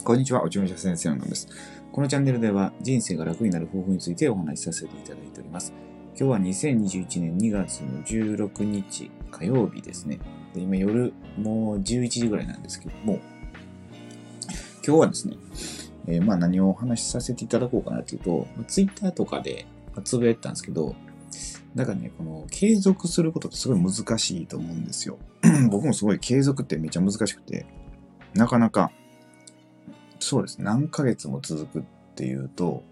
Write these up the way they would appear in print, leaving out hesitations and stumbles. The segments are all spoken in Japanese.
こんにちは、おちょめしゃ先生のナです。このチャンネルでは人生が楽になる方法についてお話しさせていただいております。今日は2021年2月の16日火曜日ですね。で今夜もう11時ぐらいなんですけども、今日はですね、何をお話しさせていただこうかなというと、ツイッターとかでつぶやいてたんですけど、なんかね、この継続することってすごい難しいと思うんですよ。僕もすごい継続ってめっちゃ難しくて、なかなかそうですね。何ヶ月も続くっていうと、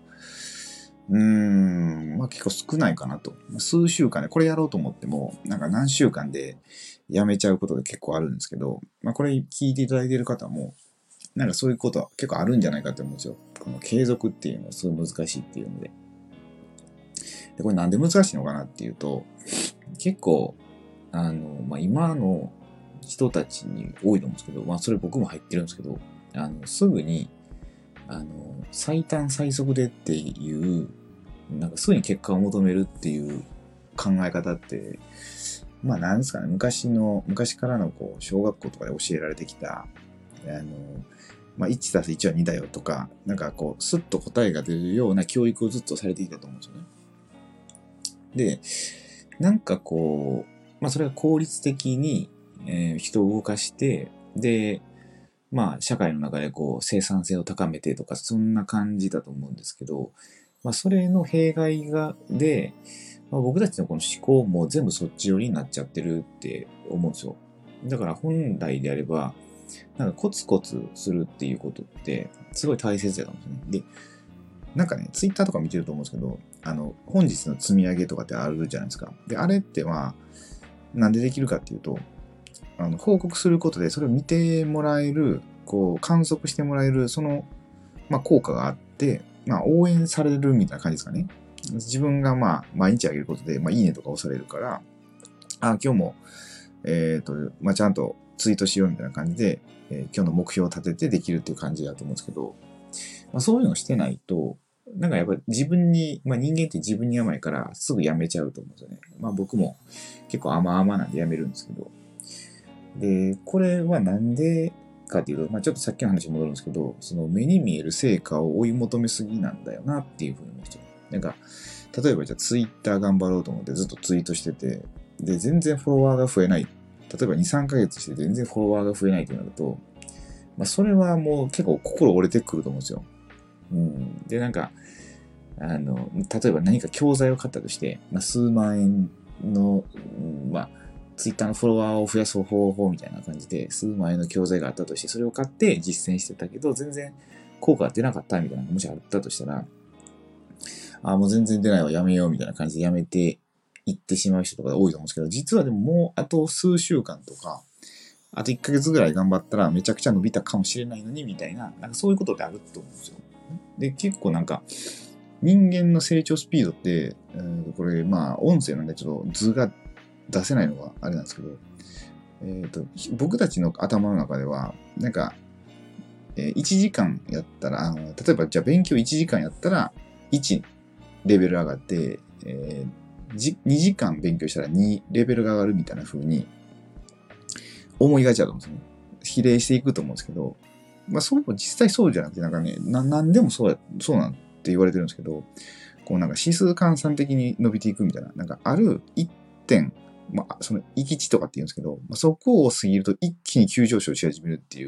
結構少ないかなと。数週間で、これやろうと思っても、なんか何週間でやめちゃうことが結構あるんですけど、これ聞いていただいている方も、なんかそういうことは結構あるんじゃないかと思うんですよ。この継続っていうのはすごい難しいっていうので。で、これなんで難しいのかなっていうと、結構、今の人たちに多いと思うんですけど、それ僕も入ってるんですけど、すぐに、最短最速でっていう、なんかすぐに結果を求めるっていう考え方って、なんですかね、昔からの小学校とかで教えられてきた、1たす1は2だよとか、なんかスッと答えが出るような教育をずっとされてきたと思うんですよね。で、なんかそれが効率的に、人を動かして、で、社会の中で生産性を高めてとか、そんな感じだと思うんですけど、それの弊害で、僕たちのこの思考も全部そっち寄りになっちゃってるって思うんですよ。だから本来であれば、なんかコツコツするっていうことって、すごい大切だと思うんですよね。で、なんかね、ツイッターとか見てると思うんですけど、本日の積み上げとかってあるじゃないですか。で、あれってなんでできるかっていうと、報告することで、それを見てもらえる、観測してもらえる、効果があって、応援されるみたいな感じですかね。自分が毎日あげることで、いいねとか押されるから、今日も、ちゃんとツイートしようみたいな感じで、今日の目標を立ててできるっていう感じだと思うんですけど、そういうのをしてないと、なんかやっぱり人間って自分に甘いからすぐやめちゃうと思うんですよね。僕も結構甘々なんでやめるんですけど。で、これはなんでかっていうと、ちょっとさっきの話に戻るんですけど、その目に見える成果を追い求めすぎなんだよなっていうふうに思うんですよ。なんか、例えばじゃあツイッター頑張ろうと思ってずっとツイートしてて、で、全然フォロワーが増えない。例えば2、3ヶ月して全然フォロワーが増えないとなると、それはもう結構心折れてくると思うんですよ。で、なんか、例えば何か教材を買ったとして、数万円の、ツイッターのフォロワーを増やす方法みたいな感じで、数万円の教材があったとして、それを買って実践してたけど、全然効果が出なかったみたいなのがもしあったとしたら、もう全然出ないわ、やめようみたいな感じでやめていってしまう人とか多いと思うんですけど、実はでももうあと数週間とか、あと1ヶ月ぐらい頑張ったらめちゃくちゃ伸びたかもしれないのにみたいな、なんかそういうことってあると思うんですよ。で、結構なんか、人間の成長スピードって、これ音声なんでちょっと図が出せないのがあれなんですけど、僕たちの頭の中では、なんか、1時間やったら、例えばじゃあ勉強1時間やったら1レベル上がって、2時間勉強したら2レベルが上がるみたいな風に思いがちだと思うんですよね。比例していくと思うんですけど、そう実際そうじゃなくて、なんかね、なんでもそうなんって言われてるんですけど、なんか指数換算的に伸びていくみたいな、なんかある一点、その域値とかって言うんですけど、そこを過ぎると一気に急上昇し始めるっていう、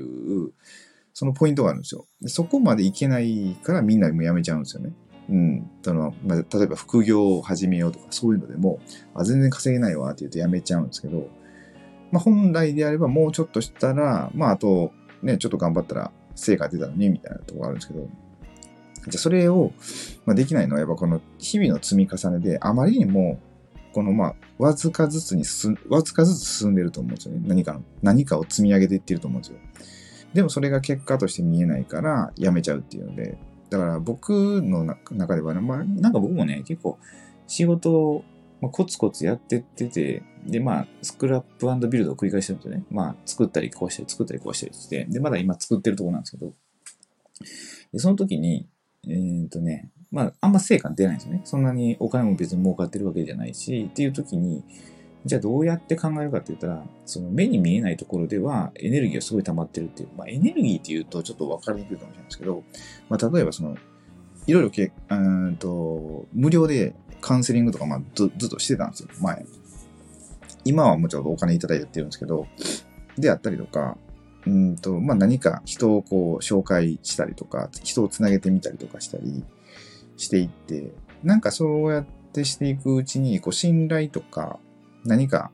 そのポイントがあるんですよ。でそこまでいけないからみんなもやめちゃうんですよね。例えば副業を始めようとかそういうのでも、全然稼げないわって言うとやめちゃうんですけど、本来であればもうちょっとしたら、あとね、ちょっと頑張ったら成果出たのにみたいなところがあるんですけど、じゃあそれを、できないのはやっぱこの日々の積み重ねであまりにもこのわずかずつ進んでると思うんですよね。何かを積み上げていってると思うんですよ。でもそれが結果として見えないからやめちゃうっていうので、だから僕の中ではね、なんか僕もね、結構仕事をコツコツやってってて、で、スクラップビルドを繰り返してるんですよね。作ったり壊したり、作ったり壊したりして、で、まだ今作ってるところなんですけど、で、その時に、あんま成果出ないんですよね。そんなにお金も別に儲かってるわけじゃないし、っていう時に、 じゃあどうやって考えるかって言ったら、その目に見えないところではエネルギーがすごい溜まってるっていう。エネルギーって言うとちょっとわかりにくいかもしれないですけど、例えばいろいろ無料でカウンセリングとかずっとしてたんですよ、前。今はもうちょっとお金いただいてやってるんですけど、であったりとか、何か人を紹介したりとか、人をつなげてみたりとかしたりしていって、なんかそうやってしていくうちに、信頼とか、何か、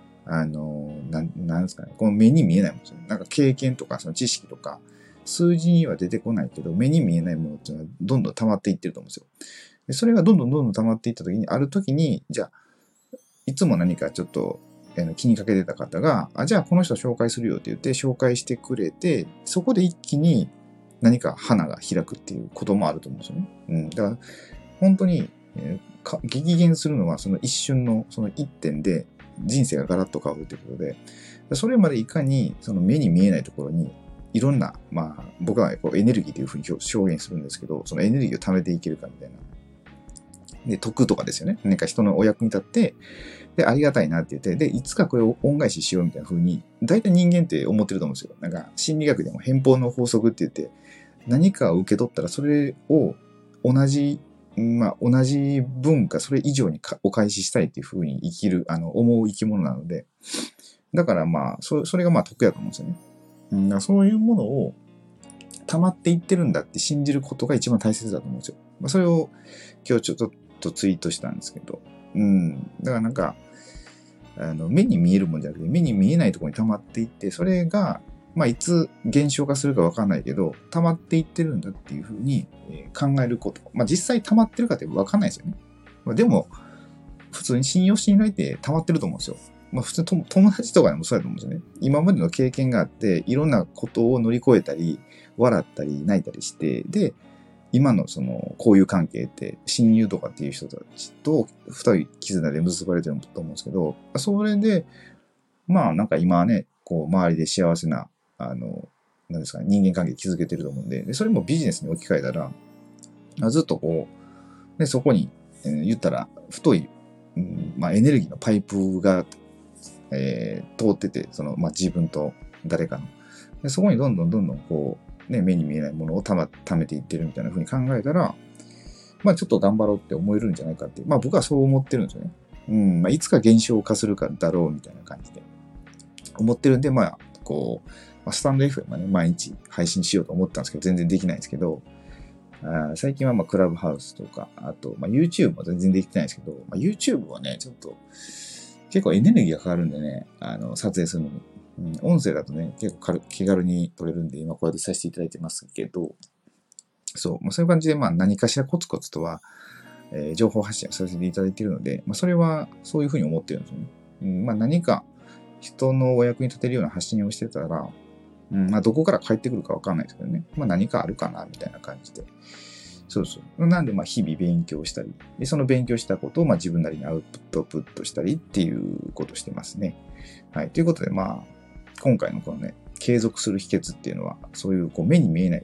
なんですかね、この目に見えないものですよね。なんか経験とか、その知識とか、数字には出てこないけど、目に見えないものっていうのはどんどん溜まっていってると思うんですよ。でそれがどんどん溜まっていった時に、ある時に、じゃあ、いつも何かちょっと気にかけてた方が、じゃあこの人紹介するよって言って紹介してくれて、そこで一気に何か花が開くっていうこともあると思うんですよね。だから本当に、激減するのはその一瞬のその一点で人生がガラッと変わるということで、それまでいかにその目に見えないところにいろんな、僕はエネルギーというふうに表現するんですけど、そのエネルギーを貯めていけるかみたいな。で、徳とかですよね。何か人のお役に立って、で、ありがたいなって言って、で、いつかこれを恩返ししようみたいな風に、大体人間って思ってると思うんですよ。なんか、心理学でも偏方の法則って言って、何かを受け取ったら、それを同じ文化、それ以上にお返ししたいっていう風に生きる、思う生き物なので、だからそれが得やと思うんですよね。だからそういうものを溜まっていってるんだって信じることが一番大切だと思うんですよ。それを今日ちょっとツイートしたんですけど、だからなんか、目に見えるもんじゃなくて、目に見えないところに溜まっていって、それが、いつ減少化するかわかんないけど、溜まっていってるんだっていうふうに考えること。実際溜まってるかってわかんないですよね。でも、普通に信頼って溜まってると思うんですよ。普通に友達とかでもそうだと思うんですよね。今までの経験があって、いろんなことを乗り越えたり、笑ったり、泣いたりして、で、今の交友関係って親友とかっていう人たちと太い絆で結ばれてると思うんですけど、それで、なんか今はね、周りで幸せな、なんですかね、人間関係築けてると思うんで、それもビジネスに置き換えたら、ずっとそこに、言ったら太い、エネルギーのパイプが、通ってて、自分と誰かの。でそこにどんどん目に見えないものを貯めていってるみたいな風に考えたら、ちょっと頑張ろうって思えるんじゃないかって。僕はそう思ってるんですよね。いつか減少化するかだろうみたいな感じで思ってるんで、スタンド FM はね、毎日配信しようと思ったんですけど、全然できないんですけど、最近はクラブハウスとか、あと、YouTube も全然できてないんですけど、YouTube はね、ちょっと結構エネルギーがかかるんでね、撮影するのに。音声だとね、結構気軽に撮れるんで、今こうやってさせていただいてますけど、そういう感じで、何かしらコツコツとは、情報発信をさせていただいているので、それはそういうふうに思ってるんですよね。何か人のお役に立てるような発信をしてたら、どこから帰ってくるかわかんないですけどね。何かあるかな、みたいな感じで。なんで、日々勉強したり、でその勉強したことを、自分なりにアウトプットしたりっていうことをしてますね。はい。ということで、今回のこのね、継続する秘訣っていうのは、そういう目に見えない、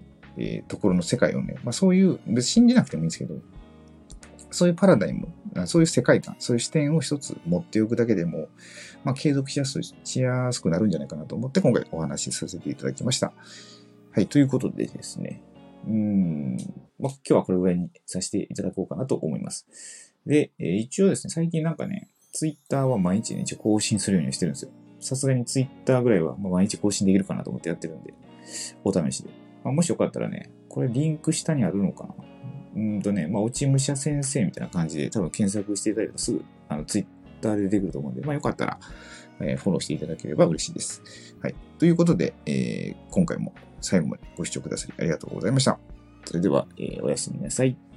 ところの世界をね、そういう、別に信じなくてもいいんですけど、そういうパラダイム、そういう世界観、そういう視点を一つ持っておくだけでも、継続しやすくなるんじゃないかなと思って、今回お話しさせていただきました。はい。ということでですね、今日はこれぐらいにさせていただこうかなと思います。で、一応ですね、最近なんかね、ツイッターは毎日ね、一応更新するようにしてるんですよ。さすがにツイッターぐらいは毎日更新できるかなと思ってやってるんで、お試しで。もしよかったらね、これリンク下にあるのかな落ち武者先生みたいな感じで多分検索していただいたらすぐツイッターで出てくると思うんで、よかったら、フォローしていただければ嬉しいです。はい。ということで、今回も最後までご視聴くださりありがとうございました。それでは、おやすみなさい。